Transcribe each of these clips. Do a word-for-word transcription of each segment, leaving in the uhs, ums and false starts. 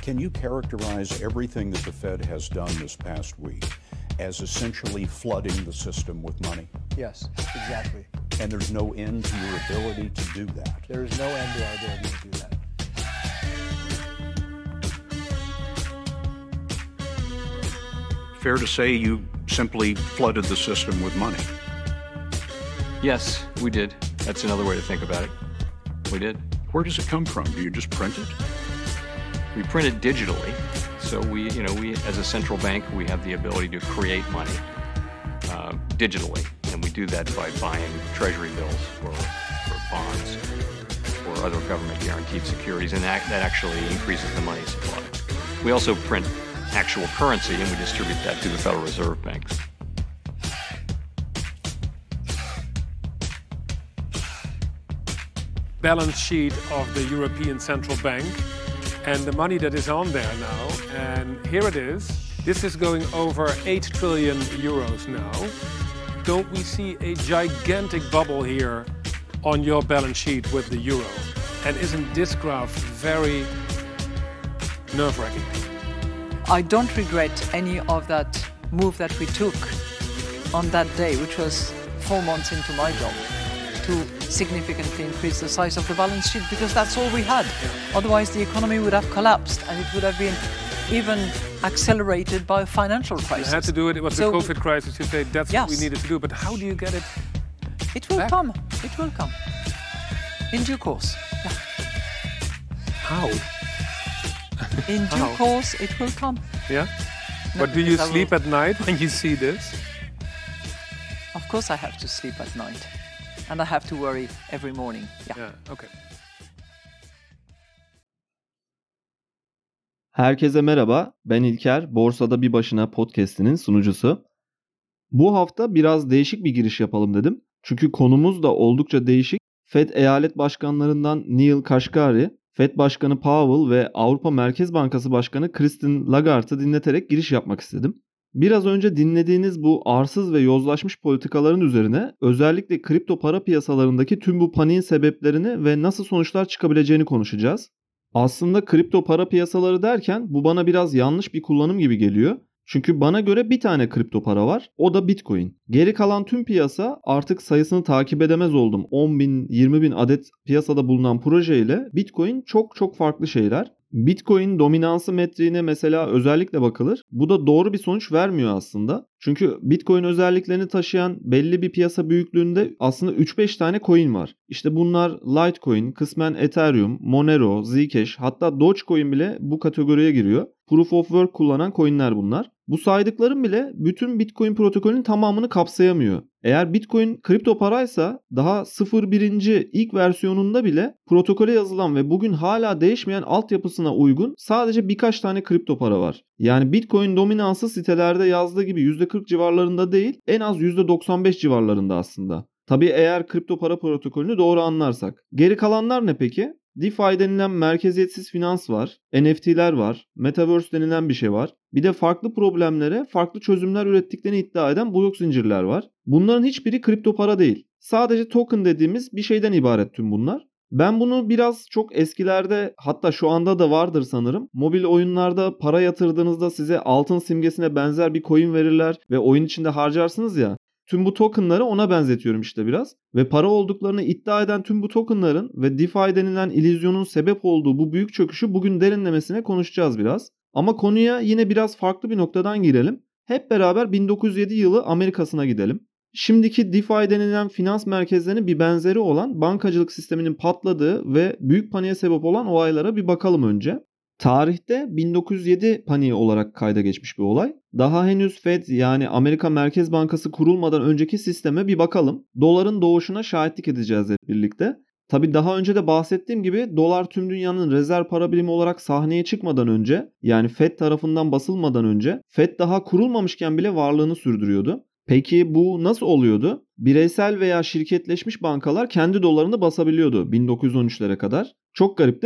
Can you characterize everything that the Fed has done this past week as essentially flooding the system with money? Yes, exactly. And there's no end to your ability to do that? There is no end to our ability to do that. Fair to say you simply flooded the system with money? Yes, we did. That's another way to think about it. We did. Where does it come from? Do you just print it? We print it digitally. So we, you know, we as a central bank, we have the ability to create money uh, digitally. And we do that by buying treasury bills or, or bonds or other government guaranteed securities. And that, that actually increases the money supply. We also print actual currency and we distribute that to the Federal Reserve banks. Balance sheet of the European Central Bank and the money that is on there now. And here it is. This is going over eight trillion euros now. Don't we see a gigantic bubble here on your balance sheet with the euro? And isn't this graph very nerve-wracking? I don't regret any of that move that we took on that day, which was four months into my job, to significantly increase the size of the balance sheet, because that's all we had. Yeah. Otherwise, the economy would have collapsed and it would have been even accelerated by a financial crisis. You had to do it. It was so, the COVID crisis. You say that's yes. what we needed to do. But how do you get it? It will back? come. It will come. In due course. Yeah. How? In due how? course, it will come. Yeah. No, but do you I sleep will... at night when you see this? Of course, I have to sleep at night. And I have to worry every morning. Yeah. Yeah, okay. Herkese merhaba, ben İlker, Borsada Bir Başına podcast'inin sunucusu. Bu hafta biraz değişik bir giriş yapalım dedim. Çünkü konumuz da oldukça değişik. Fed eyalet başkanlarından Neil Kashkari, Fed Başkanı Powell ve Avrupa Merkez Bankası Başkanı Christine Lagarde'ı dinleterek giriş yapmak istedim. Biraz önce dinlediğiniz bu arsız ve yozlaşmış politikaların üzerine özellikle kripto para piyasalarındaki tüm bu paniğin sebeplerini ve nasıl sonuçlar çıkabileceğini konuşacağız. Aslında kripto para piyasaları derken bu bana biraz yanlış bir kullanım gibi geliyor. Çünkü bana göre bir tane kripto para var, o da Bitcoin. Geri kalan tüm piyasa artık sayısını takip edemez oldum. on bin, yirmi bin adet piyasada bulunan projeyle Bitcoin çok çok farklı şeyler. Bitcoin dominansı metriğine mesela özellikle bakılır. Bu da doğru bir sonuç vermiyor aslında. Çünkü Bitcoin özelliklerini taşıyan belli bir piyasa büyüklüğünde aslında üç beş tane coin var. İşte bunlar Litecoin, kısmen Ethereum, Monero, Zcash, hatta Dogecoin bile bu kategoriye giriyor. Proof of Work kullanan coinler bunlar. Bu saydıklarım bile bütün Bitcoin protokolünün tamamını kapsayamıyor. Eğer Bitcoin kripto paraysa daha sıfır birinci ilk versiyonunda bile protokole yazılan ve bugün hala değişmeyen altyapısına uygun sadece birkaç tane kripto para var. Yani Bitcoin dominansı sitelerde yazdığı gibi yüzde kırk civarlarında değil, en az yüzde doksan beş civarlarında aslında. Tabii eğer kripto para protokolünü doğru anlarsak. Geri kalanlar ne peki? DeFi denilen merkeziyetsiz finans var, N F T'ler var, Metaverse denilen bir şey var. Bir de farklı problemlere farklı çözümler ürettiklerini iddia eden blok zincirler var. Bunların hiçbiri kripto para değil. Sadece token dediğimiz bir şeyden ibaret tüm bunlar. Ben bunu biraz çok eskilerde, hatta şu anda da vardır sanırım. Mobil oyunlarda para yatırdığınızda size altın simgesine benzer bir coin verirler ve oyun içinde harcarsınız ya. Tüm bu tokenları ona benzetiyorum işte biraz. Ve para olduklarını iddia eden tüm bu tokenların ve DeFi denilen illüzyonun sebep olduğu bu büyük çöküşü bugün derinlemesine konuşacağız biraz. Ama konuya yine biraz farklı bir noktadan girelim. Hep beraber bin dokuz yüz yedi yılı Amerika'sına gidelim. Şimdiki DeFi denilen finans merkezlerinin bir benzeri olan bankacılık sisteminin patladığı ve büyük paniğe sebep olan olaylara bir bakalım önce. Tarihte bin dokuz yüz yedi paniği olarak kayda geçmiş bir olay. Daha henüz Fed yani Amerika Merkez Bankası kurulmadan önceki sisteme bir bakalım. Doların doğuşuna şahitlik edeceğiz hep birlikte. Tabii daha önce de bahsettiğim gibi dolar tüm dünyanın rezerv para birimi olarak sahneye çıkmadan önce, yani Fed tarafından basılmadan önce, Fed daha kurulmamışken bile varlığını sürdürüyordu. Peki bu nasıl oluyordu? Bireysel veya şirketleşmiş bankalar kendi dolarını basabiliyordu bin dokuz yüz on üçlere kadar. Çok garip değil mi?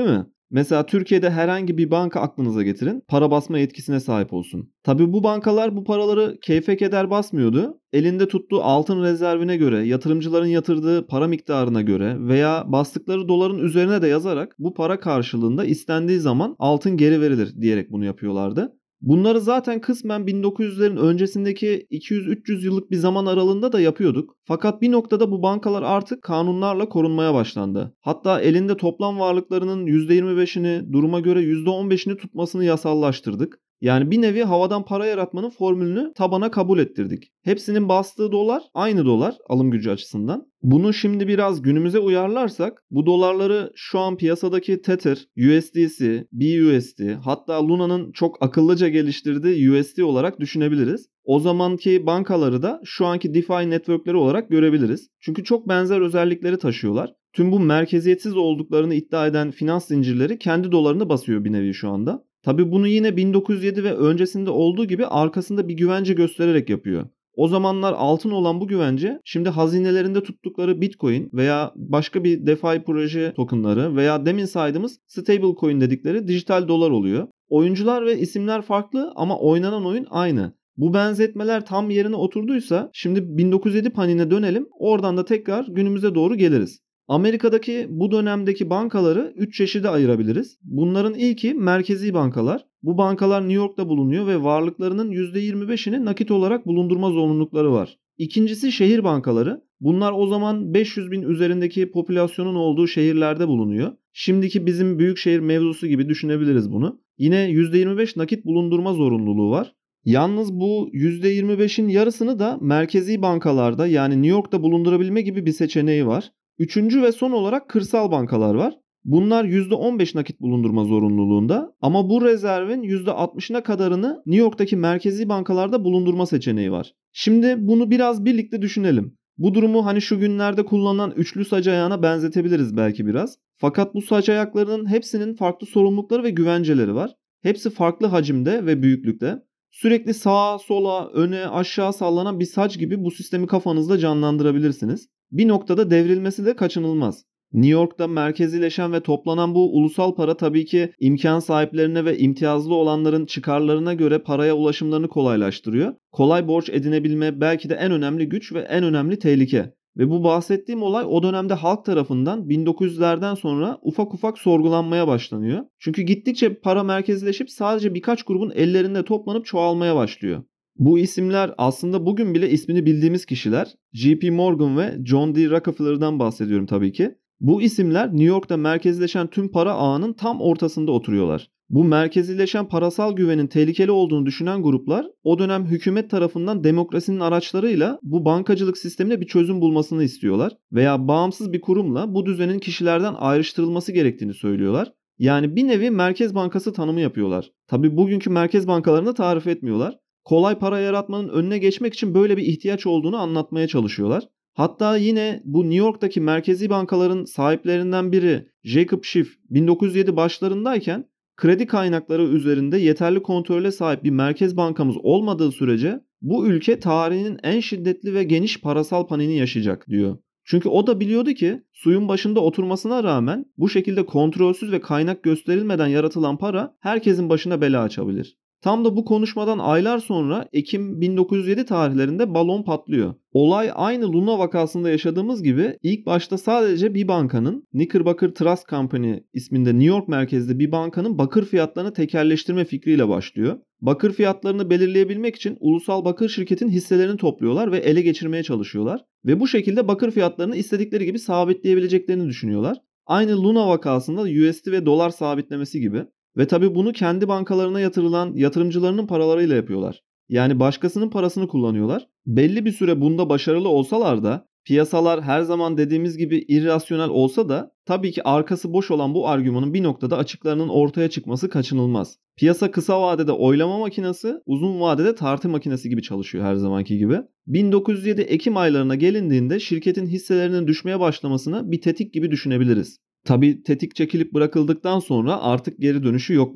Mesela Türkiye'de herhangi bir banka aklınıza getirin, para basma yetkisine sahip olsun. Tabii bu bankalar bu paraları keyfe keder basmıyordu. Elinde tuttuğu altın rezervine göre, yatırımcıların yatırdığı para miktarına göre veya bastıkları doların üzerine de yazarak bu para karşılığında istendiği zaman altın geri verilir diyerek bunu yapıyorlardı. Bunları zaten kısmen bin dokuz yüzlerin öncesindeki iki yüz üç yüz yıllık bir zaman aralığında da yapıyorduk. Fakat bir noktada bu bankalar artık kanunlarla korunmaya başlandı. Hatta elinde toplam varlıklarının yüzde yirmi beşini, duruma göre yüzde on beşini tutmasını yasallaştırdık. Yani bir nevi havadan para yaratmanın formülünü tabana kabul ettirdik. Hepsinin bastığı dolar aynı dolar alım gücü açısından. Bunu şimdi biraz günümüze uyarlarsak bu dolarları şu an piyasadaki Tether, U S D C, B U S D hatta Luna'nın çok akıllıca geliştirdiği U S D olarak düşünebiliriz. O zamanki bankaları da şu anki DeFi networkleri olarak görebiliriz. Çünkü çok benzer özellikleri taşıyorlar. Tüm bu merkeziyetsiz olduklarını iddia eden finans zincirleri kendi dolarını basıyor bir nevi şu anda. Tabii bunu yine bin dokuz yüz yedi ve öncesinde olduğu gibi arkasında bir güvence göstererek yapıyor. O zamanlar altın olan bu güvence şimdi hazinelerinde tuttukları Bitcoin veya başka bir DeFi proje tokenları veya demin saydığımız stablecoin dedikleri dijital dolar oluyor. Oyuncular ve isimler farklı ama oynanan oyun aynı. Bu benzetmeler tam yerine oturduysa şimdi bin dokuz yüz yedi paniğine dönelim, oradan da tekrar günümüze doğru geliriz. Amerika'daki bu dönemdeki bankaları üç çeşide ayırabiliriz. Bunların ilki merkezi bankalar. Bu bankalar New York'ta bulunuyor ve varlıklarının yüzde yirmi beşini nakit olarak bulundurma zorunlulukları var. İkincisi şehir bankaları. Bunlar o zaman beş yüz bin üzerindeki popülasyonun olduğu şehirlerde bulunuyor. Şimdiki bizim büyükşehir mevzusu gibi düşünebiliriz bunu. Yine yüzde yirmi beş nakit bulundurma zorunluluğu var. Yalnız bu yüzde yirmi beşin yarısını da merkezi bankalarda yani New York'ta bulundurabilme gibi bir seçeneği var. Üçüncü ve son olarak kırsal bankalar var. Bunlar yüzde on beş nakit bulundurma zorunluluğunda ama bu rezervin yüzde altmışına kadarını New York'taki merkezi bankalarda bulundurma seçeneği var. Şimdi bunu biraz birlikte düşünelim. Bu durumu hani şu günlerde kullanılan üçlü sac ayağına benzetebiliriz belki biraz. Fakat bu sac ayaklarının hepsinin farklı sorumlulukları ve güvenceleri var. Hepsi farklı hacimde ve büyüklükte. Sürekli sağa, sola, öne, aşağı sallanan bir saç gibi bu sistemi kafanızda canlandırabilirsiniz. Bir noktada devrilmesi de kaçınılmaz. New York'ta merkezileşen ve toplanan bu ulusal para tabii ki imkan sahiplerine ve imtiyazlı olanların çıkarlarına göre paraya ulaşımlarını kolaylaştırıyor. Kolay borç edinebilme belki de en önemli güç ve en önemli tehlike. Ve bu bahsettiğim olay o dönemde halk tarafından bin dokuz yüzlerden sonra ufak ufak sorgulanmaya başlanıyor. Çünkü gittikçe para merkezleşip sadece birkaç grubun ellerinde toplanıp çoğalmaya başlıyor. Bu isimler aslında bugün bile ismini bildiğimiz kişiler. J P Morgan ve John D. Rockefeller'dan bahsediyorum tabii ki. Bu isimler New York'ta merkezileşen tüm para ağının tam ortasında oturuyorlar. Bu merkezileşen parasal güvenin tehlikeli olduğunu düşünen gruplar o dönem hükümet tarafından demokrasinin araçlarıyla bu bankacılık sistemine bir çözüm bulmasını istiyorlar veya bağımsız bir kurumla bu düzenin kişilerden ayrıştırılması gerektiğini söylüyorlar. Yani bir nevi merkez bankası tanımı yapıyorlar. Tabii bugünkü merkez bankalarını tarif etmiyorlar. Kolay para yaratmanın önüne geçmek için böyle bir ihtiyaç olduğunu anlatmaya çalışıyorlar. Hatta yine bu New York'taki merkezi bankaların sahiplerinden biri Jacob Schiff bin dokuz yüz yedi başlarındayken kredi kaynakları üzerinde yeterli kontrole sahip bir merkez bankamız olmadığı sürece bu ülke tarihinin en şiddetli ve geniş parasal paniğini yaşayacak diyor. Çünkü o da biliyordu ki suyun başında oturmasına rağmen bu şekilde kontrolsüz ve kaynak gösterilmeden yaratılan para herkesin başına bela açabilir. Tam da bu konuşmadan aylar sonra Ekim bin dokuz yüz yedi tarihlerinde balon patlıyor. Olay aynı Luna vakasında yaşadığımız gibi ilk başta sadece bir bankanın Knickerbocker Trust Company isminde New York merkezli bir bankanın bakır fiyatlarını tekelleştirme fikriyle başlıyor. Bakır fiyatlarını belirleyebilmek için ulusal bakır şirketin hisselerini topluyorlar ve ele geçirmeye çalışıyorlar. Ve bu şekilde bakır fiyatlarını istedikleri gibi sabitleyebileceklerini düşünüyorlar. Aynı Luna vakasında U S D ve dolar sabitlemesi gibi. Ve tabii bunu kendi bankalarına yatırılan yatırımcılarının paralarıyla yapıyorlar. Yani başkasının parasını kullanıyorlar. Belli bir süre bunda başarılı olsalar da piyasalar her zaman dediğimiz gibi irrasyonel olsa da tabii ki arkası boş olan bu argümanın bir noktada açıklarının ortaya çıkması kaçınılmaz. Piyasa kısa vadede oylama makinesi, uzun vadede tartı makinesi gibi çalışıyor her zamanki gibi. bin dokuz yüz yedi Ekim aylarına gelindiğinde şirketin hisselerinin düşmeye başlamasını bir tetik gibi düşünebiliriz. Tabii tetik çekilip bırakıldıktan sonra artık geri dönüşü yok bunun.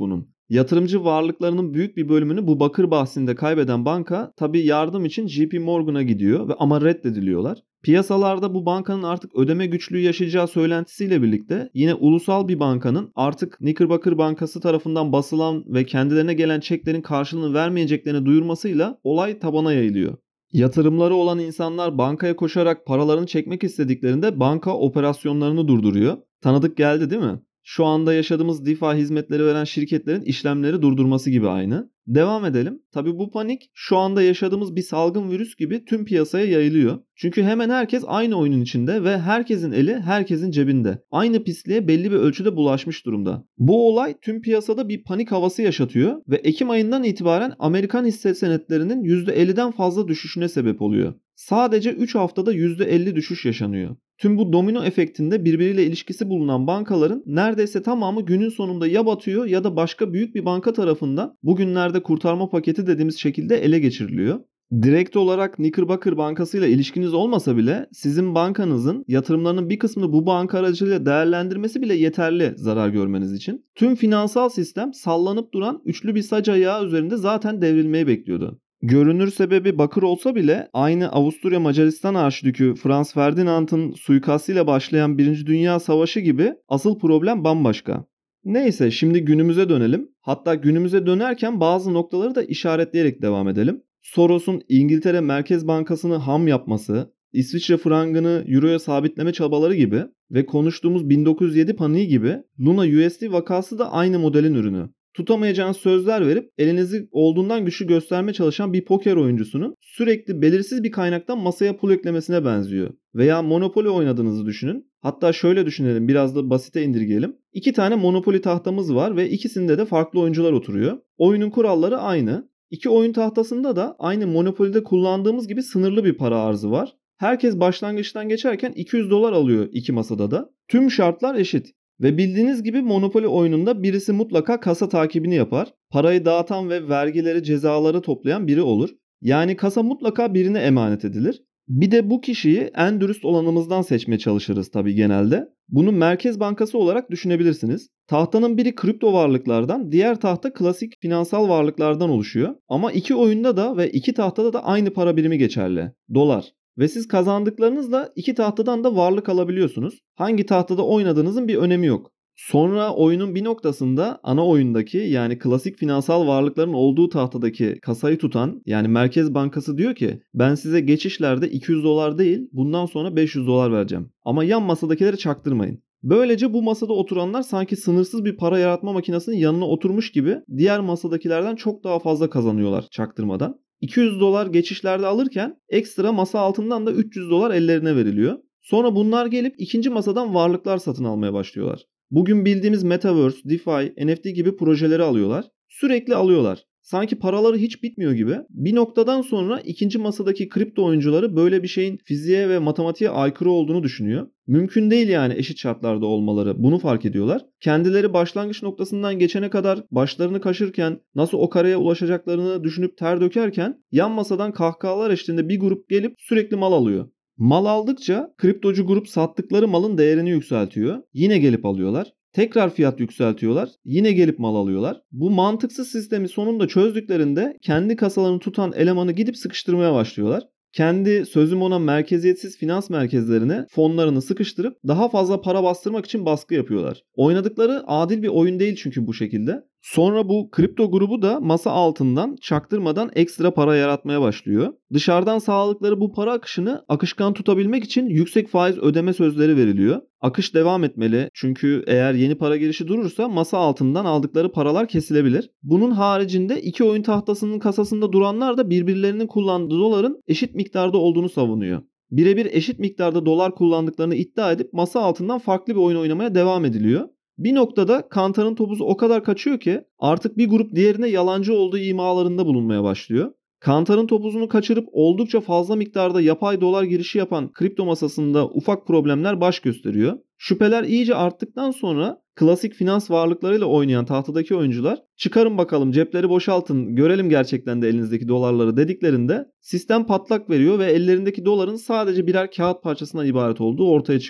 Yatırımcı varlıklarının büyük bir bölümünü bu bakır bahsinde kaybeden banka tabii yardım için J P Morgan'a gidiyor ve ama reddediliyorlar. Piyasalarda bu bankanın artık ödeme güçlüğü yaşayacağı söylentisiyle birlikte yine ulusal bir bankanın artık Knickerbocker Bankası tarafından basılan ve kendilerine gelen çeklerin karşılığını vermeyeceklerini duyurmasıyla olay tabana yayılıyor. Yatırımları olan insanlar bankaya koşarak paralarını çekmek istediklerinde banka operasyonlarını durduruyor. Tanıdık geldi değil mi? Şu anda yaşadığımız DeFi hizmetleri veren şirketlerin işlemleri durdurması gibi aynı. Devam edelim. Tabii bu panik şu anda yaşadığımız bir salgın virüs gibi tüm piyasaya yayılıyor. Çünkü hemen herkes aynı oyunun içinde ve herkesin eli herkesin cebinde. Aynı pisliğe belli bir ölçüde bulaşmış durumda. Bu olay tüm piyasada bir panik havası yaşatıyor ve Ekim ayından itibaren Amerikan hisse senetlerinin yüzde elliden fazla düşüşüne sebep oluyor. Sadece üç haftada yüzde elli düşüş yaşanıyor. Tüm bu domino efektinde birbiriyle ilişkisi bulunan bankaların neredeyse tamamı günün sonunda ya batıyor ya da başka büyük bir banka tarafından bugünlerde kurtarma paketi dediğimiz şekilde ele geçiriliyor. Direkt olarak Knickerbocker Bankası ile ilişkiniz olmasa bile sizin bankanızın yatırımlarının bir kısmını bu banka aracılığıyla değerlendirmesi bile yeterli zarar görmeniz için. Tüm finansal sistem sallanıp duran üçlü bir sac ayağı üzerinde zaten devrilmeyi bekliyordu. Görünür sebebi bakır olsa bile aynı Avusturya Macaristan Arşidükü Franz Ferdinand'ın suikastıyla başlayan Birinci Dünya Savaşı gibi asıl problem bambaşka. Neyse şimdi günümüze dönelim. Hatta günümüze dönerken bazı noktaları da işaretleyerek devam edelim. Soros'un İngiltere Merkez Bankası'nı ham yapması, İsviçre frangını Euro'ya sabitleme çabaları gibi ve konuştuğumuz bin dokuz yüz yedi paniği gibi Luna U S D vakası da aynı modelin ürünü. Tutamayacağınız sözler verip elinizi olduğundan güçlü göstermeye çalışan bir poker oyuncusunun sürekli belirsiz bir kaynaktan masaya pul eklemesine benziyor. Veya Monopoly oynadığınızı düşünün. Hatta şöyle düşünelim, biraz da basite indirgeyelim. İki tane Monopoly tahtamız var ve ikisinde de farklı oyuncular oturuyor. Oyunun kuralları aynı. İki oyun tahtasında da aynı Monopoly'de kullandığımız gibi sınırlı bir para arzı var. Herkes başlangıçtan geçerken iki yüz dolar alıyor iki masada da. Tüm şartlar eşit. Ve bildiğiniz gibi Monopoly oyununda birisi mutlaka kasa takibini yapar. Parayı dağıtan ve vergileri, cezaları toplayan biri olur. Yani kasa mutlaka birine emanet edilir. Bir de bu kişiyi en dürüst olanımızdan seçmeye çalışırız tabii genelde. Bunu Merkez Bankası olarak düşünebilirsiniz. Tahtanın biri kripto varlıklardan, diğer tahta klasik finansal varlıklardan oluşuyor. Ama iki oyunda da ve iki tahtada da aynı para birimi geçerli. Dolar. Ve siz kazandıklarınızla iki tahtadan da varlık alabiliyorsunuz. Hangi tahtada oynadığınızın bir önemi yok. Sonra oyunun bir noktasında ana oyundaki yani klasik finansal varlıkların olduğu tahtadaki kasayı tutan yani Merkez Bankası diyor ki ben size geçişlerde iki yüz dolar değil bundan sonra beş yüz dolar vereceğim. Ama yan masadakileri çaktırmayın. Böylece bu masada oturanlar sanki sınırsız bir para yaratma makinesinin yanına oturmuş gibi diğer masadakilerden çok daha fazla kazanıyorlar çaktırmadan. iki yüz dolar geçişlerde alırken ekstra masa altından da üç yüz dolar ellerine veriliyor. Sonra bunlar gelip ikinci masadan varlıklar satın almaya başlıyorlar. Bugün bildiğimiz Metaverse, DeFi, N F T gibi projeleri alıyorlar. Sürekli alıyorlar. Sanki paraları hiç bitmiyor gibi. Bir noktadan sonra ikinci masadaki kripto oyuncuları böyle bir şeyin fiziğe ve matematiğe aykırı olduğunu düşünüyor. Mümkün değil yani eşit şartlarda olmaları. Bunu fark ediyorlar. Kendileri başlangıç noktasından geçene kadar başlarını kaşırken nasıl o kareye ulaşacaklarını düşünüp ter dökerken yan masadan kahkahalar eşliğinde bir grup gelip sürekli mal alıyor. Mal aldıkça kriptocu grup sattıkları malın değerini yükseltiyor. Yine gelip alıyorlar. Tekrar fiyat yükseltiyorlar. Yine gelip mal alıyorlar. Bu mantıksız sistemi sonunda çözdüklerinde kendi kasalarını tutan elemanı gidip sıkıştırmaya başlıyorlar. Kendi sözüm ona merkeziyetsiz finans merkezlerine fonlarını sıkıştırıp daha fazla para bastırmak için baskı yapıyorlar. Oynadıkları adil bir oyun değil çünkü bu şekilde. Sonra bu kripto grubu da masa altından çaktırmadan ekstra para yaratmaya başlıyor. Dışarıdan sağladıkları bu para akışını akışkan tutabilmek için yüksek faiz ödeme sözleri veriliyor. Akış devam etmeli çünkü eğer yeni para girişi durursa masa altından aldıkları paralar kesilebilir. Bunun haricinde iki oyun tahtasının kasasında duranlar da birbirlerinin kullandığı doların eşit miktarda olduğunu savunuyor. Birebir eşit miktarda dolar kullandıklarını iddia edip masa altından farklı bir oyun oynamaya devam ediliyor. Bir noktada Kantar'ın topuzu o kadar kaçıyor ki artık bir grup diğerine yalancı olduğu imalarında bulunmaya başlıyor. Kantar'ın topuzunu kaçırıp oldukça fazla miktarda yapay dolar girişi yapan kripto masasında ufak problemler baş gösteriyor. Şüpheler iyice arttıktan sonra klasik finans varlıklarıyla oynayan tahtadaki oyuncular çıkarın bakalım cepleri boşaltın görelim gerçekten de elinizdeki dolarları dediklerinde sistem patlak veriyor ve ellerindeki doların sadece birer kağıt parçasından ibaret olduğu ortaya çıkıyor.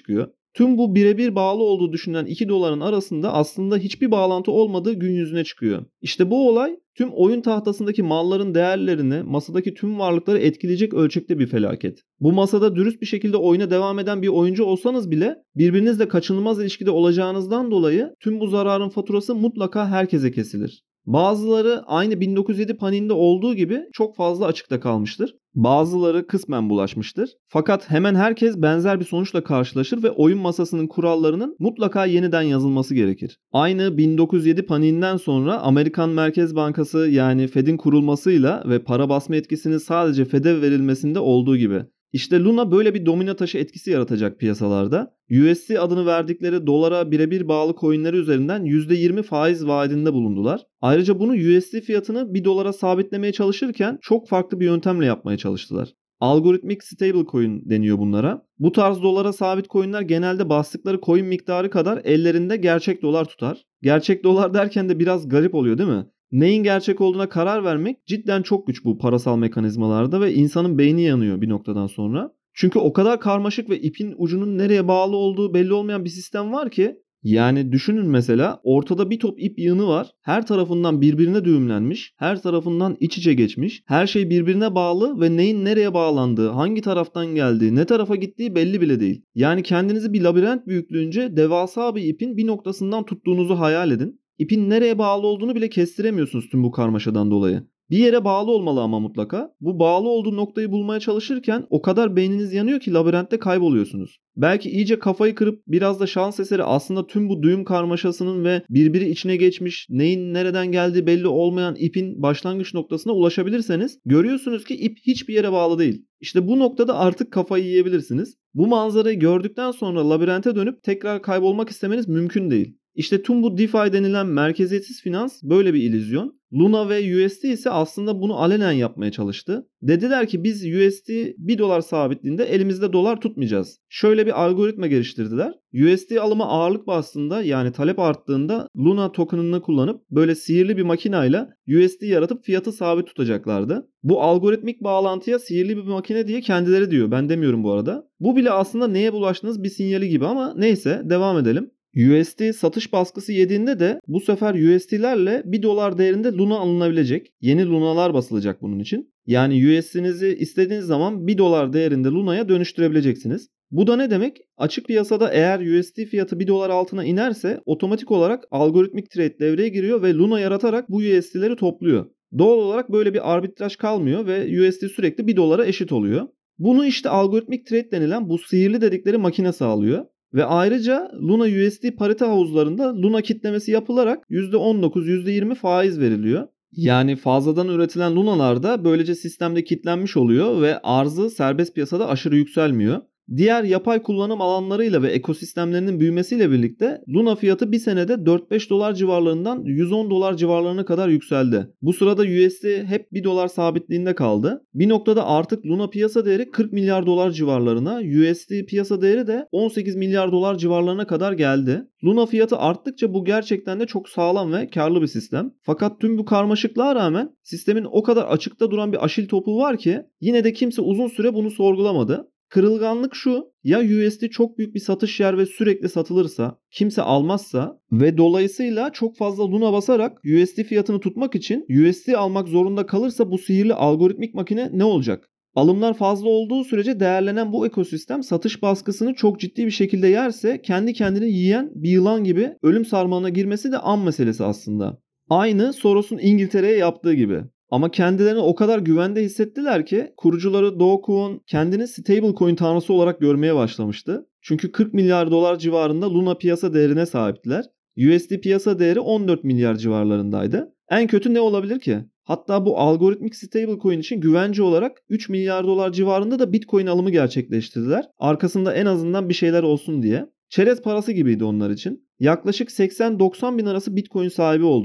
Tüm bu birebir bağlı olduğu düşünülen iki doların arasında aslında hiçbir bağlantı olmadığı gün yüzüne çıkıyor. İşte bu olay tüm oyun tahtasındaki malların değerlerini, masadaki tüm varlıkları etkileyecek ölçekte bir felaket. Bu masada dürüst bir şekilde oyuna devam eden bir oyuncu olsanız bile birbirinizle kaçınılmaz ilişkide olacağınızdan dolayı tüm bu zararın faturası mutlaka herkese kesilir. Bazıları aynı bin dokuz yüz yedi paniğinde olduğu gibi çok fazla açıkta kalmıştır. Bazıları kısmen bulaşmıştır. Fakat hemen herkes benzer bir sonuçla karşılaşır ve oyun masasının kurallarının mutlaka yeniden yazılması gerekir. Aynı bin dokuz yüz yedi paniğinden sonra Amerikan Merkez Bankası yani Fed'in kurulmasıyla ve para basma etkisinin sadece Fed'e verilmesinde olduğu gibi. İşte Luna böyle bir domino taşı etkisi yaratacak piyasalarda. U S D adını verdikleri dolara birebir bağlı coinleri üzerinden yüzde yirmi faiz vaadinde bulundular. Ayrıca bunu U S D fiyatını bir dolara sabitlemeye çalışırken çok farklı bir yöntemle yapmaya çalıştılar. Algoritmik stablecoin deniyor bunlara. Bu tarz dolara sabit coinler genelde bastıkları coin miktarı kadar ellerinde gerçek dolar tutar. Gerçek dolar derken de biraz garip oluyor değil mi? Neyin gerçek olduğuna karar vermek cidden çok güç bu parasal mekanizmalarda ve insanın beyni yanıyor bir noktadan sonra. Çünkü o kadar karmaşık ve ipin ucunun nereye bağlı olduğu belli olmayan bir sistem var ki, yani düşünün mesela ortada bir top ip yığını var. Her tarafından birbirine düğümlenmiş, her tarafından iç içe geçmiş. Her şey birbirine bağlı ve neyin nereye bağlandığı, hangi taraftan geldiği, ne tarafa gittiği belli bile değil. Yani kendinizi bir labirent büyüklüğünce devasa bir ipin bir noktasından tuttuğunuzu hayal edin. İpin nereye bağlı olduğunu bile kestiremiyorsunuz tüm bu karmaşadan dolayı. Bir yere bağlı olmalı ama mutlaka. Bu bağlı olduğu noktayı bulmaya çalışırken o kadar beyniniz yanıyor ki labirentte kayboluyorsunuz. Belki iyice kafayı kırıp biraz da şans eseri aslında tüm bu düğüm karmaşasının ve birbiri içine geçmiş, neyin nereden geldiği belli olmayan ipin başlangıç noktasına ulaşabilirseniz görüyorsunuz ki ip hiçbir yere bağlı değil. İşte bu noktada artık kafayı yiyebilirsiniz. Bu manzarayı gördükten sonra labirente dönüp tekrar kaybolmak istemeniz mümkün değil. İşte tüm bu DeFi denilen merkeziyetsiz finans böyle bir illüzyon. Luna ve U S D ise aslında bunu alenen yapmaya çalıştı. Dediler ki biz U S D bir dolar sabitliğinde elimizde dolar tutmayacağız. Şöyle bir algoritma geliştirdiler. U S D alımı ağırlık bastığında yani talep arttığında Luna token'ını kullanıp böyle sihirli bir makinayla U S D yaratıp fiyatı sabit tutacaklardı. Bu algoritmik bağlantıya sihirli bir makine diye kendileri diyor. Ben demiyorum bu arada. Bu bile aslında neye bulaştığınız bir sinyali gibi ama neyse devam edelim. U S D satış baskısı yediğinde de bu sefer U S D'lerle bir dolar değerinde Luna alınabilecek. Yeni Lunalar basılacak bunun için. Yani U S D'nizi istediğiniz zaman bir dolar değerinde Luna'ya dönüştürebileceksiniz. Bu da ne demek? Açık piyasada eğer U S D fiyatı bir dolar altına inerse otomatik olarak algoritmik trade devreye giriyor ve Luna yaratarak bu U S D'leri topluyor. Doğal olarak böyle bir arbitraj kalmıyor ve U S D sürekli bir dolara eşit oluyor. Bunu işte algoritmik trade denilen bu sihirli dedikleri makine sağlıyor. Ve ayrıca Luna U S D parite havuzlarında Luna kitlemesi yapılarak yüzde on dokuz yüzde yirmi faiz veriliyor. Yani fazladan üretilen Luna'lar da böylece sistemde kitlenmiş oluyor ve arzı serbest piyasada aşırı yükselmiyor. Diğer yapay kullanım alanlarıyla ve ekosistemlerinin büyümesiyle birlikte Luna fiyatı bir senede dört beş dolar civarlarından yüz on dolar civarlarına kadar yükseldi. Bu sırada U S D hep bir dolar sabitliğinde kaldı. Bir noktada artık Luna piyasa değeri kırk milyar dolar civarlarına, U S D piyasa değeri de on sekiz milyar dolar civarlarına kadar geldi. Luna fiyatı arttıkça bu gerçekten de çok sağlam ve karlı bir sistem. Fakat tüm bu karmaşıklığa rağmen sistemin o kadar açıkta duran bir aşil topuğu var ki yine de kimse uzun süre bunu sorgulamadı. Kırılganlık şu, ya U S D çok büyük bir satış yer ve sürekli satılırsa, kimse almazsa ve dolayısıyla çok fazla Luna basarak U S D fiyatını tutmak için U S D almak zorunda kalırsa bu sihirli algoritmik makine ne olacak? Alımlar fazla olduğu sürece değerlenen bu ekosistem satış baskısını çok ciddi bir şekilde yerse kendi kendini yiyen bir yılan gibi ölüm sarmalına girmesi de an meselesi aslında. Aynı Soros'un İngiltere'ye yaptığı gibi. Ama kendilerini o kadar güvende hissettiler ki kurucuları Do Kwon kendini stablecoin tanrısı olarak görmeye başlamıştı. Çünkü kırk milyar dolar civarında Luna piyasa değerine sahiptiler. U S D piyasa değeri on dört milyar civarlarındaydı. En kötü ne olabilir ki? Hatta bu algoritmik stablecoin için güvence olarak üç milyar dolar civarında da Bitcoin alımı gerçekleştirdiler. Arkasında en azından bir şeyler olsun diye. Çerez parası gibiydi onlar için. Yaklaşık seksen doksan bin arası Bitcoin sahibi oldular.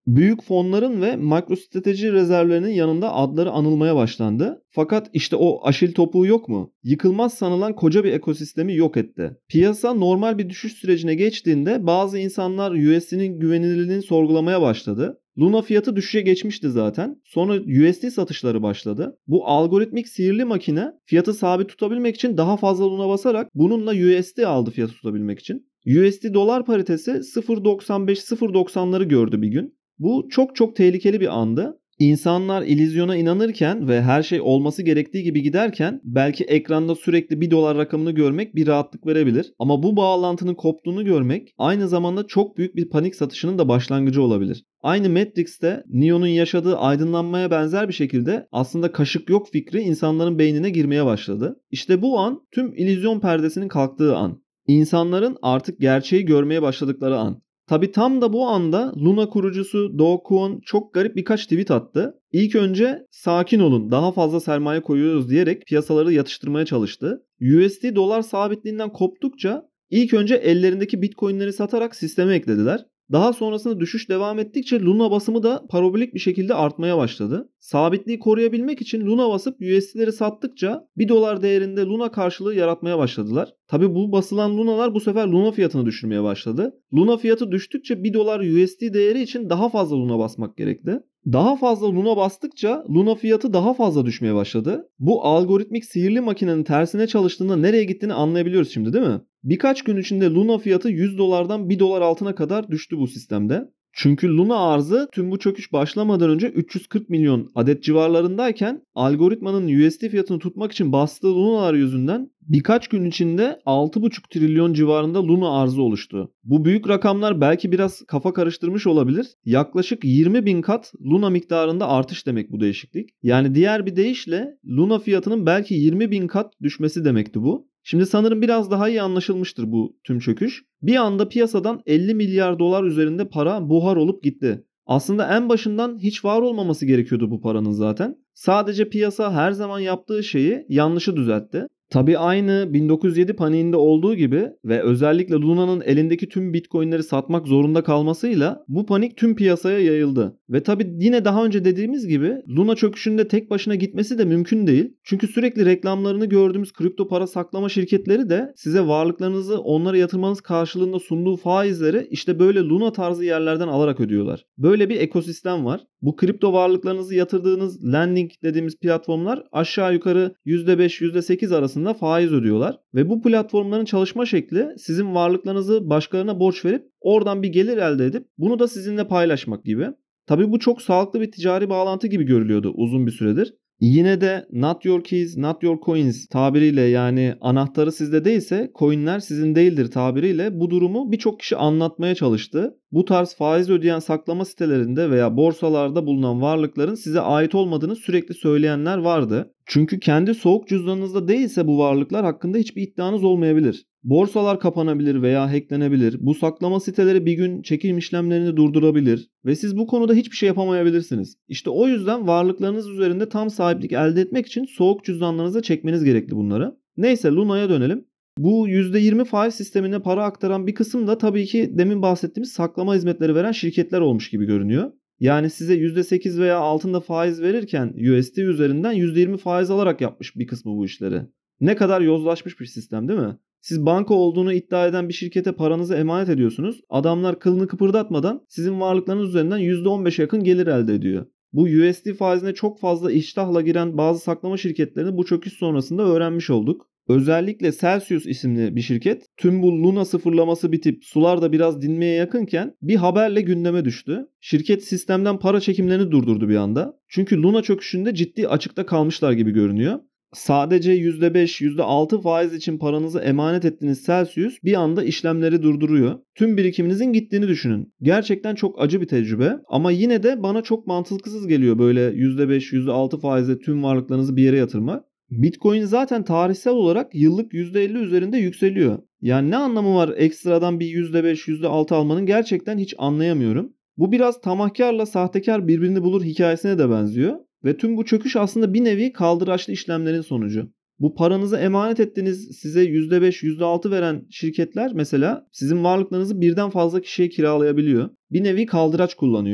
Büyük fonların ve MicroStrateji rezervlerinin yanında adları anılmaya başlandı. Fakat işte o Aşil topuğu yok mu? Yıkılmaz sanılan koca bir ekosistemi yok etti. Piyasa normal bir düşüş sürecine geçtiğinde bazı insanlar U S D'nin güvenilirliğini sorgulamaya başladı. Luna fiyatı düşüşe geçmişti zaten. Sonra U S D satışları başladı. Bu algoritmik sihirli makine fiyatı sabit tutabilmek için daha fazla Luna basarak bununla U S D aldı fiyatı tutabilmek için. U S D dolar paritesi sıfır virgül doksan beş sıfır virgül doksanları gördü bir gün. Bu çok çok tehlikeli bir andı. İnsanlar illüzyona inanırken ve her şey olması gerektiği gibi giderken belki ekranda sürekli bir dolar rakamını görmek bir rahatlık verebilir. Ama bu bağlantının koptuğunu görmek aynı zamanda çok büyük bir panik satışının da başlangıcı olabilir. Aynı Matrix'te Neo'nun yaşadığı aydınlanmaya benzer bir şekilde aslında kaşık yok fikri insanların beynine girmeye başladı. İşte bu an tüm illüzyon perdesinin kalktığı an. İnsanların artık gerçeği görmeye başladıkları an. Tabi tam da bu anda Luna kurucusu Do Kwon çok garip birkaç tweet attı. İlk önce sakin olun, daha fazla sermaye koyuyoruz diyerek piyasaları yatıştırmaya çalıştı. U S D dolar sabitliğinden koptukça ilk önce ellerindeki bitcoinleri satarak sisteme eklediler. Daha sonrasında düşüş devam ettikçe Luna basımı da parabolik bir şekilde artmaya başladı. Sabitliği koruyabilmek için Luna basıp U S D'leri sattıkça bir dolar değerinde Luna karşılığı yaratmaya başladılar. Tabi bu basılan Luna'lar bu sefer Luna fiyatını düşürmeye başladı. Luna fiyatı düştükçe bir dolar U S D değeri için daha fazla Luna basmak gerekti. Daha fazla Luna bastıkça Luna fiyatı daha fazla düşmeye başladı. Bu algoritmik sihirli makinenin tersine çalıştığında nereye gittiğini anlayabiliyoruz şimdi, değil mi? Birkaç gün içinde Luna fiyatı yüz dolardan bir dolar altına kadar düştü bu sistemde. Çünkü Luna arzı tüm bu çöküş başlamadan önce üç yüz kırk milyon adet civarlarındayken algoritmanın U S D fiyatını tutmak için bastığı Luna'lar yüzünden birkaç gün içinde altı buçuk trilyon civarında Luna arzı oluştu. Bu büyük rakamlar belki biraz kafa karıştırmış olabilir. Yaklaşık yirmi bin kat Luna miktarında artış demek bu değişiklik. Yani diğer bir deyişle Luna fiyatının belki yirmi bin kat düşmesi demekti bu. Şimdi sanırım biraz daha iyi anlaşılmıştır bu tüm çöküş. Bir anda piyasadan elli milyar dolar üzerinde para buhar olup gitti. Aslında en başından hiç var olmaması gerekiyordu bu paranın zaten. Sadece piyasa her zaman yaptığı şeyi yanlışı düzeltti. Tabii aynı bin dokuz yüz yedi paniğinde olduğu gibi ve özellikle Luna'nın elindeki tüm bitcoinleri satmak zorunda kalmasıyla bu panik tüm piyasaya yayıldı. Ve tabii yine daha önce dediğimiz gibi Luna çöküşünde tek başına gitmesi de mümkün değil. Çünkü sürekli reklamlarını gördüğümüz kripto para saklama şirketleri de size varlıklarınızı onlara yatırmanız karşılığında sunduğu faizleri işte böyle Luna tarzı yerlerden alarak ödüyorlar. Böyle bir ekosistem var. Bu kripto varlıklarınızı yatırdığınız lending dediğimiz platformlar aşağı yukarı yüzde beş yüzde sekiz arasında faiz ödüyorlar. Ve bu platformların çalışma şekli sizin varlıklarınızı başkalarına borç verip oradan bir gelir elde edip bunu da sizinle paylaşmak gibi. Tabii bu çok sağlıklı bir ticari bağlantı gibi görülüyordu uzun bir süredir. Yine de not your keys, not your coins tabiriyle, yani anahtarı sizde değilse coinler sizin değildir tabiriyle bu durumu birçok kişi anlatmaya çalıştı. Bu tarz faiz ödeyen saklama sitelerinde veya borsalarda bulunan varlıkların size ait olmadığını sürekli söyleyenler vardı. Çünkü kendi soğuk cüzdanınızda değilse bu varlıklar hakkında hiçbir iddianız olmayabilir. Borsalar kapanabilir veya hacklenebilir. Bu saklama siteleri bir gün çekim işlemlerini durdurabilir ve siz bu konuda hiçbir şey yapamayabilirsiniz. İşte o yüzden varlıklarınız üzerinde tam sahiplik elde etmek için soğuk cüzdanlarınıza çekmeniz gerekli bunları. Neyse, Luna'ya dönelim. Bu yüzde yirmi faiz sistemine para aktaran bir kısım da tabii ki demin bahsettiğimiz saklama hizmetleri veren şirketler olmuş gibi görünüyor. Yani size yüzde sekiz veya altında faiz verirken U S D üzerinden yüzde yirmi faiz alarak yapmış bir kısmı bu işleri. Ne kadar yozlaşmış bir sistem, değil mi? Siz banka olduğunu iddia eden bir şirkete paranızı emanet ediyorsunuz. Adamlar kılını kıpırdatmadan sizin varlıklarınız üzerinden yüzde on beşe yakın gelir elde ediyor. Bu U S D faizine çok fazla iştahla giren bazı saklama şirketlerini bu çöküş sonrasında öğrenmiş olduk. Özellikle Celsius isimli bir şirket tüm bu Luna sıfırlaması bitip sular da biraz dinmeye yakınken bir haberle gündeme düştü. Şirket sistemden para çekimlerini durdurdu bir anda. Çünkü Luna çöküşünde ciddi açıkta kalmışlar gibi görünüyor. Sadece yüzde beş yüzde altı faiz için paranızı emanet ettiğiniz Celsius bir anda işlemleri durduruyor. Tüm birikiminizin gittiğini düşünün. Gerçekten çok acı bir tecrübe ama yine de bana çok mantıksız geliyor böyle yüzde beş yüzde altı faizle tüm varlıklarınızı bir yere yatırmak. Bitcoin zaten tarihsel olarak yıllık yüzde elli üzerinde yükseliyor. Yani ne anlamı var ekstradan bir yüzde beş yüzde altı almanın, gerçekten hiç anlayamıyorum. Bu biraz tamahkarla sahtekar birbirini bulur hikayesine de benziyor. Ve tüm bu çöküş aslında bir nevi kaldıraçlı işlemlerin sonucu. Bu paranızı emanet ettiğiniz, size yüzde beş yüzde altı veren şirketler mesela sizin varlıklarınızı birden fazla kişiye kiralayabiliyor. Bir nevi kaldıraç kullanıyor.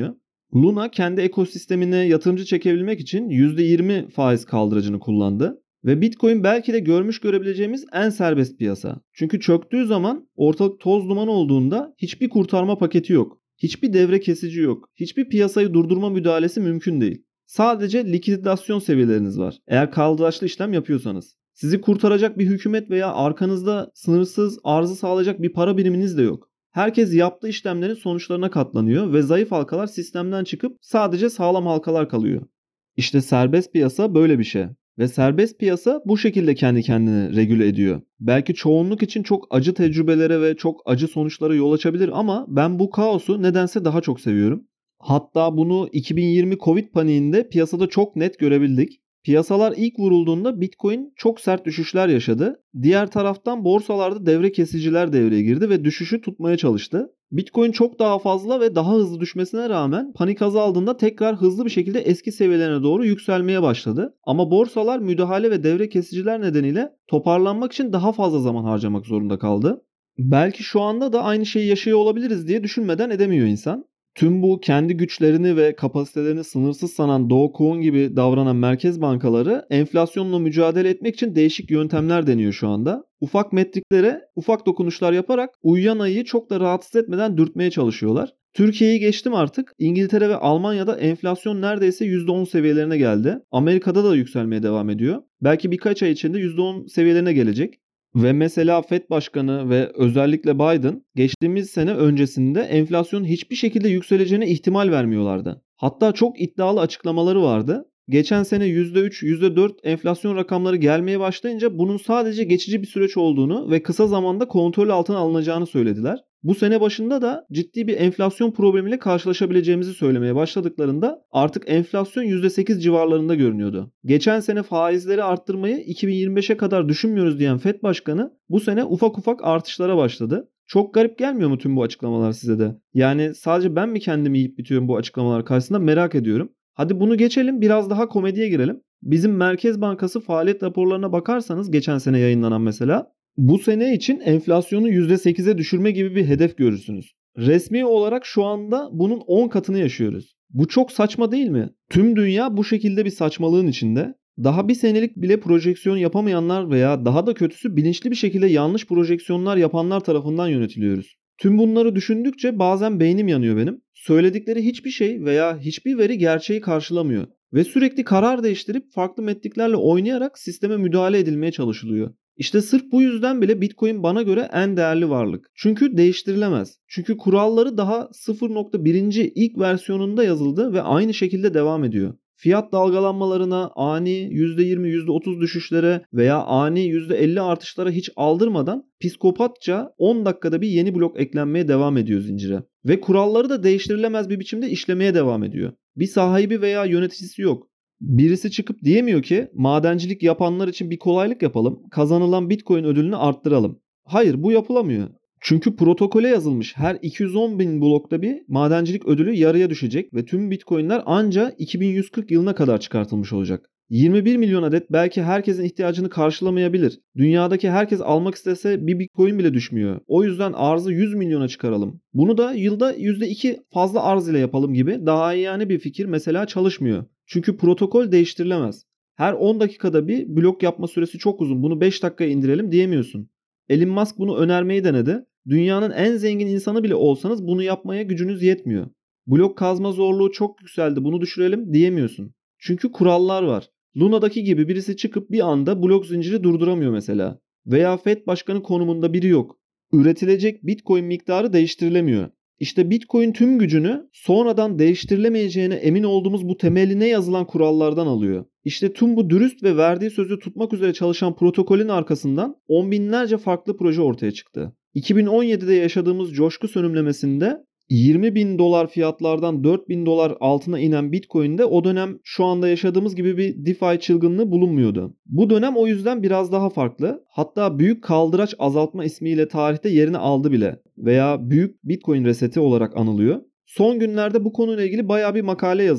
Luna kendi ekosistemine yatırımcı çekebilmek için yüzde yirmi faiz kaldırıcını kullandı. Ve Bitcoin belki de görmüş görebileceğimiz en serbest piyasa. Çünkü çöktüğü zaman ortalık toz duman olduğunda hiçbir kurtarma paketi yok. Hiçbir devre kesici yok. Hiçbir piyasayı durdurma müdahalesi mümkün değil. Sadece likidasyon seviyeleriniz var. Eğer kaldıraçlı işlem yapıyorsanız. Sizi kurtaracak bir hükümet veya arkanızda sınırsız arzı sağlayacak bir para biriminiz de yok. Herkes yaptığı işlemlerin sonuçlarına katlanıyor ve zayıf halkalar sistemden çıkıp sadece sağlam halkalar kalıyor. İşte serbest piyasa böyle bir şey. Ve serbest piyasa bu şekilde kendi kendini regüle ediyor. Belki çoğunluk için çok acı tecrübelere ve çok acı sonuçlara yol açabilir ama ben bu kaosu nedense daha çok seviyorum. Hatta bunu iki bin yirmi Covid paniğinde piyasada çok net görebildik. Piyasalar ilk vurulduğunda Bitcoin çok sert düşüşler yaşadı. Diğer taraftan borsalarda devre kesiciler devreye girdi ve düşüşü tutmaya çalıştı. Bitcoin çok daha fazla ve daha hızlı düşmesine rağmen panik azaldığında tekrar hızlı bir şekilde eski seviyelerine doğru yükselmeye başladı. Ama borsalar müdahale ve devre kesiciler nedeniyle toparlanmak için daha fazla zaman harcamak zorunda kaldı. Belki şu anda da aynı şeyi yaşıyor olabiliriz diye düşünmeden edemiyor insan. Tüm bu kendi güçlerini ve kapasitelerini sınırsız sanan Do Kwon gibi davranan merkez bankaları enflasyonla mücadele etmek için değişik yöntemler deniyor şu anda. Ufak metriklere ufak dokunuşlar yaparak uyuyan ayıyı çok da rahatsız etmeden dürtmeye çalışıyorlar. Türkiye'yi geçtim artık. İngiltere ve Almanya'da enflasyon neredeyse yüzde on seviyelerine geldi. Amerika'da da yükselmeye devam ediyor. Belki birkaç ay içinde yüzde on seviyelerine gelecek. Ve mesela Fed Başkanı ve özellikle Biden geçtiğimiz sene öncesinde enflasyonun hiçbir şekilde yükseleceğine ihtimal vermiyorlardı. Hatta çok iddialı açıklamaları vardı. Geçen sene yüzde üç, yüzde dört enflasyon rakamları gelmeye başlayınca bunun sadece geçici bir süreç olduğunu ve kısa zamanda kontrol altına alınacağını söylediler. Bu sene başında da ciddi bir enflasyon problemiyle karşılaşabileceğimizi söylemeye başladıklarında artık enflasyon yüzde sekiz civarlarında görünüyordu. Geçen sene faizleri arttırmayı iki bin yirmi beşe kadar düşünmüyoruz diyen Fed Başkanı bu sene ufak ufak artışlara başladı. Çok garip gelmiyor mu tüm bu açıklamalar size de? Yani sadece ben mi kendimi yiyip bitiyorum bu açıklamalar karşısında merak ediyorum. Hadi bunu geçelim, biraz daha komediye girelim. Bizim Merkez Bankası faaliyet raporlarına bakarsanız geçen sene yayınlanan mesela bu sene için enflasyonu yüzde sekize düşürme gibi bir hedef görürsünüz. Resmi olarak şu anda bunun on katını yaşıyoruz. Bu çok saçma değil mi? Tüm dünya bu şekilde bir saçmalığın içinde. Daha bir senelik bile projeksiyon yapamayanlar veya daha da kötüsü bilinçli bir şekilde yanlış projeksiyonlar yapanlar tarafından yönetiliyoruz. Tüm bunları düşündükçe bazen beynim yanıyor benim. Söyledikleri hiçbir şey veya hiçbir veri gerçeği karşılamıyor. Ve sürekli karar değiştirip farklı metriklerle oynayarak sisteme müdahale edilmeye çalışılıyor. İşte sırf bu yüzden bile Bitcoin bana göre en değerli varlık. Çünkü değiştirilemez. Çünkü kuralları daha sıfır nokta birinci ilk versiyonunda yazıldı ve aynı şekilde devam ediyor. Fiyat dalgalanmalarına, ani yüzde yirmi yüzde otuz düşüşlere veya ani yüzde elli artışlara hiç aldırmadan psikopatça on dakikada bir yeni blok eklenmeye devam ediyor zincire. Ve kuralları da değiştirilemez bir biçimde işlemeye devam ediyor. Bir sahibi veya yöneticisi yok. Birisi çıkıp diyemiyor ki madencilik yapanlar için bir kolaylık yapalım, kazanılan Bitcoin ödülünü arttıralım. Hayır, bu yapılamıyor. Çünkü protokole yazılmış her iki yüz on bin blokta bir madencilik ödülü yarıya düşecek ve tüm Bitcoin'ler anca iki bin yüz kırk yılına kadar çıkartılmış olacak. yirmi bir milyon adet belki herkesin ihtiyacını karşılamayabilir. Dünyadaki herkes almak istese bir Bitcoin bile düşmüyor. O yüzden arzı yüz milyona çıkaralım. Bunu da yılda yüzde iki fazla arz ile yapalım gibi daha iyiyane bir fikir mesela çalışmıyor. Çünkü protokol değiştirilemez. Her on dakikada bir blok yapma süresi çok uzun. Bunu beş dakikaya indirelim diyemiyorsun. Elon Musk bunu önermeyi denedi. Dünyanın en zengin insanı bile olsanız bunu yapmaya gücünüz yetmiyor. Blok kazma zorluğu çok yükseldi, bunu düşürelim diyemiyorsun. Çünkü kurallar var. Luna'daki gibi birisi çıkıp bir anda blok zinciri durduramıyor mesela. Veya Fed başkanı konumunda biri yok. Üretilecek Bitcoin miktarı değiştirilemiyor. İşte Bitcoin tüm gücünü sonradan değiştirilemeyeceğine emin olduğumuz bu temeline yazılan kurallardan alıyor. İşte tüm bu dürüst ve verdiği sözü tutmak üzere çalışan protokolün arkasından on binlerce farklı proje ortaya çıktı. iki bin on yedide yaşadığımız coşku sönümlemesinde yirmi bin dolar fiyatlardan dört bin dolar altına inen Bitcoin'de o dönem şu anda yaşadığımız gibi bir DeFi çılgınlığı bulunmuyordu. Bu dönem o yüzden biraz daha farklı. Hatta büyük kaldıraç azaltma ismiyle tarihte yerini aldı bile veya büyük Bitcoin reseti olarak anılıyor. Son günlerde bu konuyla ilgili bayağı bir makale yazıldı.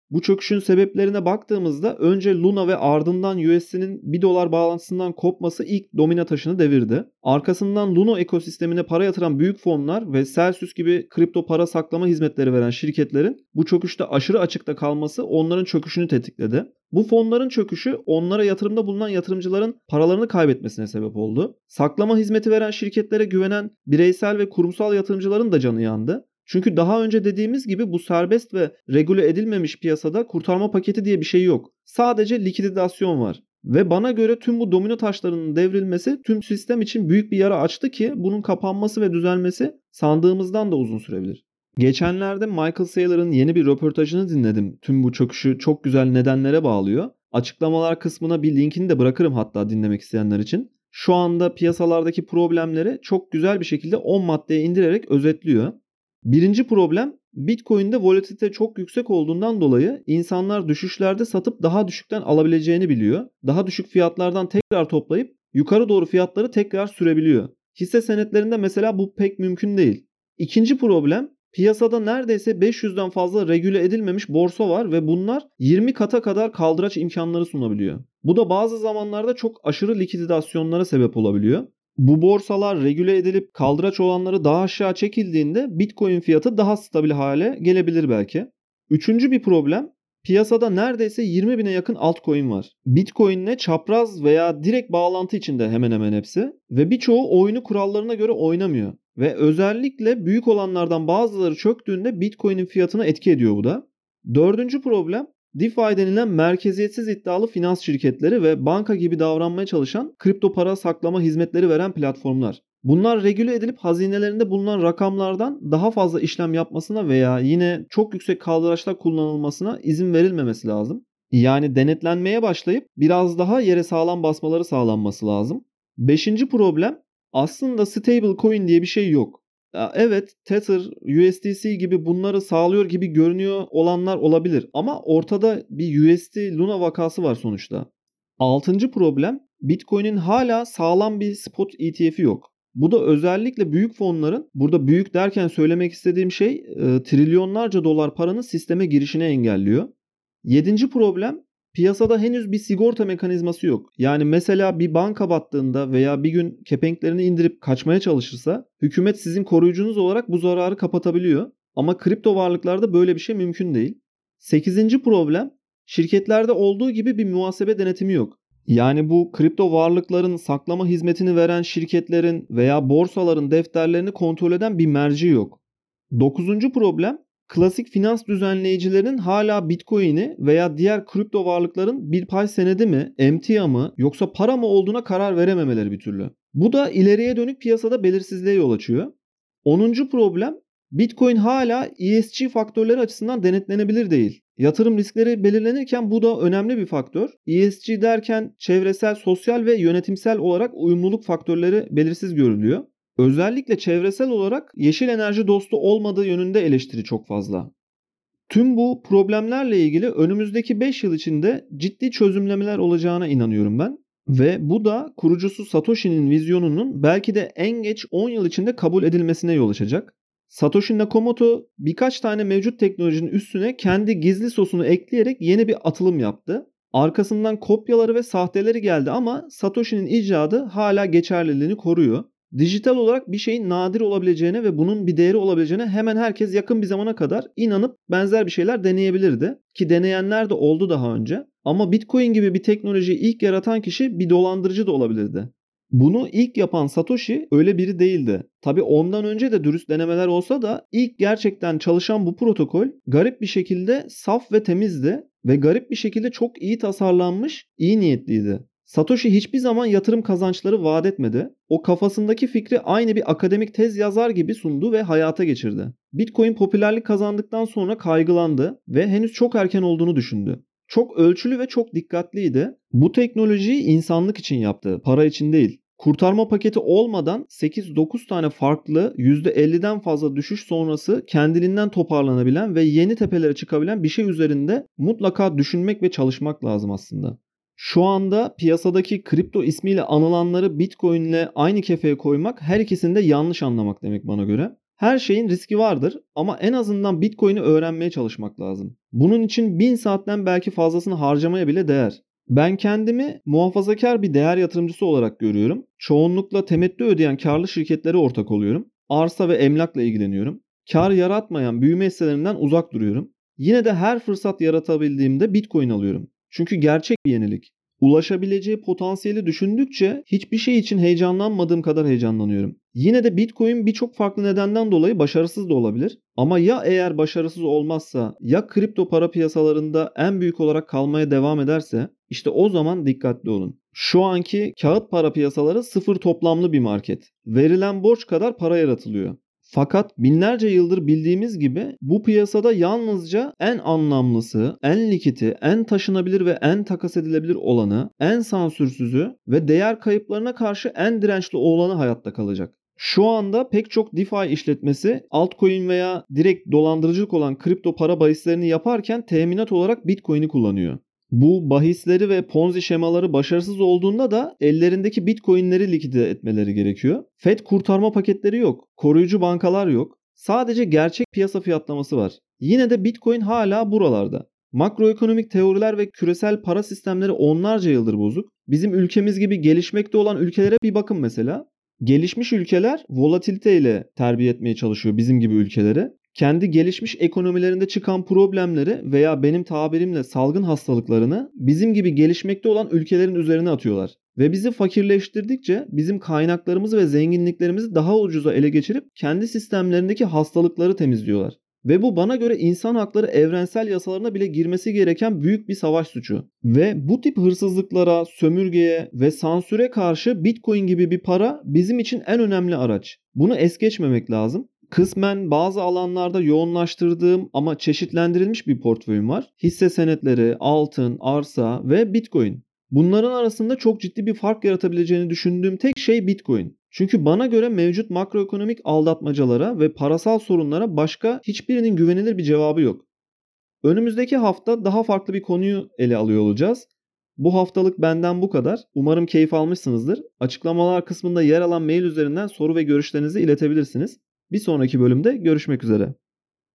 Bu çöküşün sebeplerine baktığımızda önce Luna ve ardından U S D'nin bir dolar bağlantısından kopması ilk domino taşını devirdi. Arkasından Luna ekosistemine para yatıran büyük fonlar ve Celsius gibi kripto para saklama hizmetleri veren şirketlerin bu çöküşte aşırı açıkta kalması onların çöküşünü tetikledi. Bu fonların çöküşü onlara yatırımda bulunan yatırımcıların paralarını kaybetmesine sebep oldu. Saklama hizmeti veren şirketlere güvenen bireysel ve kurumsal yatırımcıların da canı yandı. Çünkü daha önce dediğimiz gibi bu serbest ve regüle edilmemiş piyasada kurtarma paketi diye bir şey yok. Sadece likidasyon var. Ve bana göre tüm bu domino taşlarının devrilmesi tüm sistem için büyük bir yara açtı ki bunun kapanması ve düzelmesi sandığımızdan da uzun sürebilir. Geçenlerde Michael Saylor'ın yeni bir röportajını dinledim. Tüm bu çöküşü çok güzel nedenlere bağlıyor. Açıklamalar kısmına bir linkini de bırakırım hatta dinlemek isteyenler için. Şu anda piyasalardaki problemleri çok güzel bir şekilde on maddeye indirerek özetliyor. Birinci problem, Bitcoin'de volatilite çok yüksek olduğundan dolayı insanlar düşüşlerde satıp daha düşükten alabileceğini biliyor. Daha düşük fiyatlardan tekrar toplayıp yukarı doğru fiyatları tekrar sürebiliyor. Hisse senetlerinde mesela bu pek mümkün değil. İkinci problem, piyasada neredeyse beş yüzden fazla regüle edilmemiş borsa var ve bunlar yirmi kata kadar kaldıraç imkanları sunabiliyor. Bu da bazı zamanlarda çok aşırı likidasyonlara sebep olabiliyor. Bu borsalar regüle edilip kaldıraç olanları daha aşağı çekildiğinde Bitcoin fiyatı daha stabil hale gelebilir belki. Üçüncü bir problem, piyasada neredeyse yirmi bine yakın altcoin var. Bitcoin'le çapraz veya direkt bağlantı içinde hemen hemen hepsi ve birçoğu oyunu kurallarına göre oynamıyor. Ve özellikle büyük olanlardan bazıları çöktüğünde Bitcoin'in fiyatına etki ediyor bu da. Dördüncü problem, DeFi denilen merkeziyetsiz iddialı finans şirketleri ve banka gibi davranmaya çalışan kripto para saklama hizmetleri veren platformlar. Bunlar regüle edilip hazinelerinde bulunan rakamlardan daha fazla işlem yapmasına veya yine çok yüksek kaldıraçlar kullanılmasına izin verilmemesi lazım. Yani denetlenmeye başlayıp biraz daha yere sağlam basmaları sağlanması lazım. Beşinci problem, aslında stable coin diye bir şey yok. Evet, Tether, U S D C gibi bunları sağlıyor gibi görünüyor olanlar olabilir ama ortada bir U S D Luna vakası var sonuçta. Altıncı problem, Bitcoin'in hala sağlam bir spot E T F'i yok. Bu da özellikle büyük fonların, burada büyük derken söylemek istediğim şey e, trilyonlarca dolar paranın sisteme girişini engelliyor. Yedinci problem, piyasada henüz bir sigorta mekanizması yok. Yani mesela bir banka battığında veya bir gün kepenklerini indirip kaçmaya çalışırsa hükümet sizin koruyucunuz olarak bu zararı kapatabiliyor. Ama kripto varlıklarda böyle bir şey mümkün değil. Sekizinci problem, şirketlerde olduğu gibi bir muhasebe denetimi yok. Yani bu kripto varlıkların saklama hizmetini veren şirketlerin veya borsaların defterlerini kontrol eden bir merci yok. Dokuzuncu problem, klasik finans düzenleyicilerin hala Bitcoin'i veya diğer kripto varlıkların bir pay senedi mi, emtia mı yoksa para mı olduğuna karar verememeleri bir türlü. Bu da ileriye dönük piyasada belirsizliğe yol açıyor. Onuncu problem, Bitcoin hala E S G faktörleri açısından denetlenebilir değil. Yatırım riskleri belirlenirken bu da önemli bir faktör. E S G derken çevresel, sosyal ve yönetimsel olarak uyumluluk faktörleri belirsiz görülüyor. Özellikle çevresel olarak yeşil enerji dostu olmadığı yönünde eleştiri çok fazla. Tüm bu problemlerle ilgili önümüzdeki beş yıl içinde ciddi çözümlemeler olacağına inanıyorum ben. Ve bu da kurucusu Satoshi'nin vizyonunun belki de en geç on yıl içinde kabul edilmesine yol açacak. Satoshi Nakamoto birkaç tane mevcut teknolojinin üstüne kendi gizli sosunu ekleyerek yeni bir atılım yaptı. Arkasından kopyaları ve sahteleri geldi ama Satoshi'nin icadı hala geçerliliğini koruyor. Dijital olarak bir şeyin nadir olabileceğine ve bunun bir değeri olabileceğine hemen herkes yakın bir zamana kadar inanıp benzer bir şeyler deneyebilirdi. Ki deneyenler de oldu daha önce. Ama Bitcoin gibi bir teknolojiyi ilk yaratan kişi bir dolandırıcı da olabilirdi. Bunu ilk yapan Satoshi öyle biri değildi. Tabii ondan önce de dürüst denemeler olsa da ilk gerçekten çalışan bu protokol garip bir şekilde saf ve temizdi ve garip bir şekilde çok iyi tasarlanmış, iyi niyetliydi. Satoshi hiçbir zaman yatırım kazançları vaat etmedi. O kafasındaki fikri aynı bir akademik tez yazar gibi sundu ve hayata geçirdi. Bitcoin popülerlik kazandıktan sonra kaygılandı ve henüz çok erken olduğunu düşündü. Çok ölçülü ve çok dikkatliydi. Bu teknolojiyi insanlık için yaptı, para için değil. Kurtarma paketi olmadan sekiz dokuz tane farklı yüzde elliden fazla düşüş sonrası kendiliğinden toparlanabilen ve yeni tepelere çıkabilen bir şey üzerinde mutlaka düşünmek ve çalışmak lazım aslında. Şu anda piyasadaki kripto ismiyle anılanları Bitcoin'le aynı kefeye koymak her ikisini de yanlış anlamak demek bana göre. Her şeyin riski vardır ama en azından Bitcoin'i öğrenmeye çalışmak lazım. Bunun için bin saatten belki fazlasını harcamaya bile değer. Ben kendimi muhafazakar bir değer yatırımcısı olarak görüyorum. Çoğunlukla temettü ödeyen karlı şirketlere ortak oluyorum. Arsa ve emlakla ilgileniyorum. Kar yaratmayan büyüme hisselerinden uzak duruyorum. Yine de her fırsat yaratabildiğimde Bitcoin alıyorum. Çünkü gerçek bir yenilik. Ulaşabileceği potansiyeli düşündükçe hiçbir şey için heyecanlanmadığım kadar heyecanlanıyorum. Yine de Bitcoin birçok farklı nedenden dolayı başarısız da olabilir. Ama ya eğer başarısız olmazsa, ya kripto para piyasalarında en büyük olarak kalmaya devam ederse, işte o zaman dikkatli olun. Şu anki kağıt para piyasaları sıfır toplamlı bir market. Verilen borç kadar para yaratılıyor. Fakat binlerce yıldır bildiğimiz gibi bu piyasada yalnızca en anlamlısı, en likiti, en taşınabilir ve en takas edilebilir olanı, en sansürsüzü ve değer kayıplarına karşı en dirençli olanı hayatta kalacak. Şu anda pek çok DeFi işletmesi altcoin veya direkt dolandırıcılık olan kripto para bahislerini yaparken teminat olarak Bitcoin'i kullanıyor. Bu bahisleri ve ponzi şemaları başarısız olduğunda da ellerindeki Bitcoin'leri likide etmeleri gerekiyor. Fed kurtarma paketleri yok. Koruyucu bankalar yok. Sadece gerçek piyasa fiyatlaması var. Yine de Bitcoin hala buralarda. Makroekonomik teoriler ve küresel para sistemleri onlarca yıldır bozuk. Bizim ülkemiz gibi gelişmekte olan ülkelere bir bakın mesela. Gelişmiş ülkeler volatiliteyle terbiye etmeye çalışıyor bizim gibi ülkelere. Kendi gelişmiş ekonomilerinde çıkan problemleri veya benim tabirimle salgın hastalıklarını bizim gibi gelişmekte olan ülkelerin üzerine atıyorlar. Ve bizi fakirleştirdikçe bizim kaynaklarımızı ve zenginliklerimizi daha ucuza ele geçirip kendi sistemlerindeki hastalıkları temizliyorlar. Ve bu bana göre insan hakları evrensel yasalarına bile girmesi gereken büyük bir savaş suçu. Ve bu tip hırsızlıklara, sömürgeye ve sansüre karşı Bitcoin gibi bir para bizim için en önemli araç. Bunu es geçmemek lazım. Kısmen bazı alanlarda yoğunlaştırdığım ama çeşitlendirilmiş bir portföyüm var. Hisse senetleri, altın, arsa ve Bitcoin. Bunların arasında çok ciddi bir fark yaratabileceğini düşündüğüm tek şey Bitcoin. Çünkü bana göre mevcut makroekonomik aldatmacalara ve parasal sorunlara başka hiçbirinin güvenilir bir cevabı yok. Önümüzdeki hafta daha farklı bir konuyu ele alıyor olacağız. Bu haftalık benden bu kadar. Umarım keyif almışsınızdır. Açıklamalar kısmında yer alan mail üzerinden soru ve görüşlerinizi iletebilirsiniz. Bir sonraki bölümde görüşmek üzere.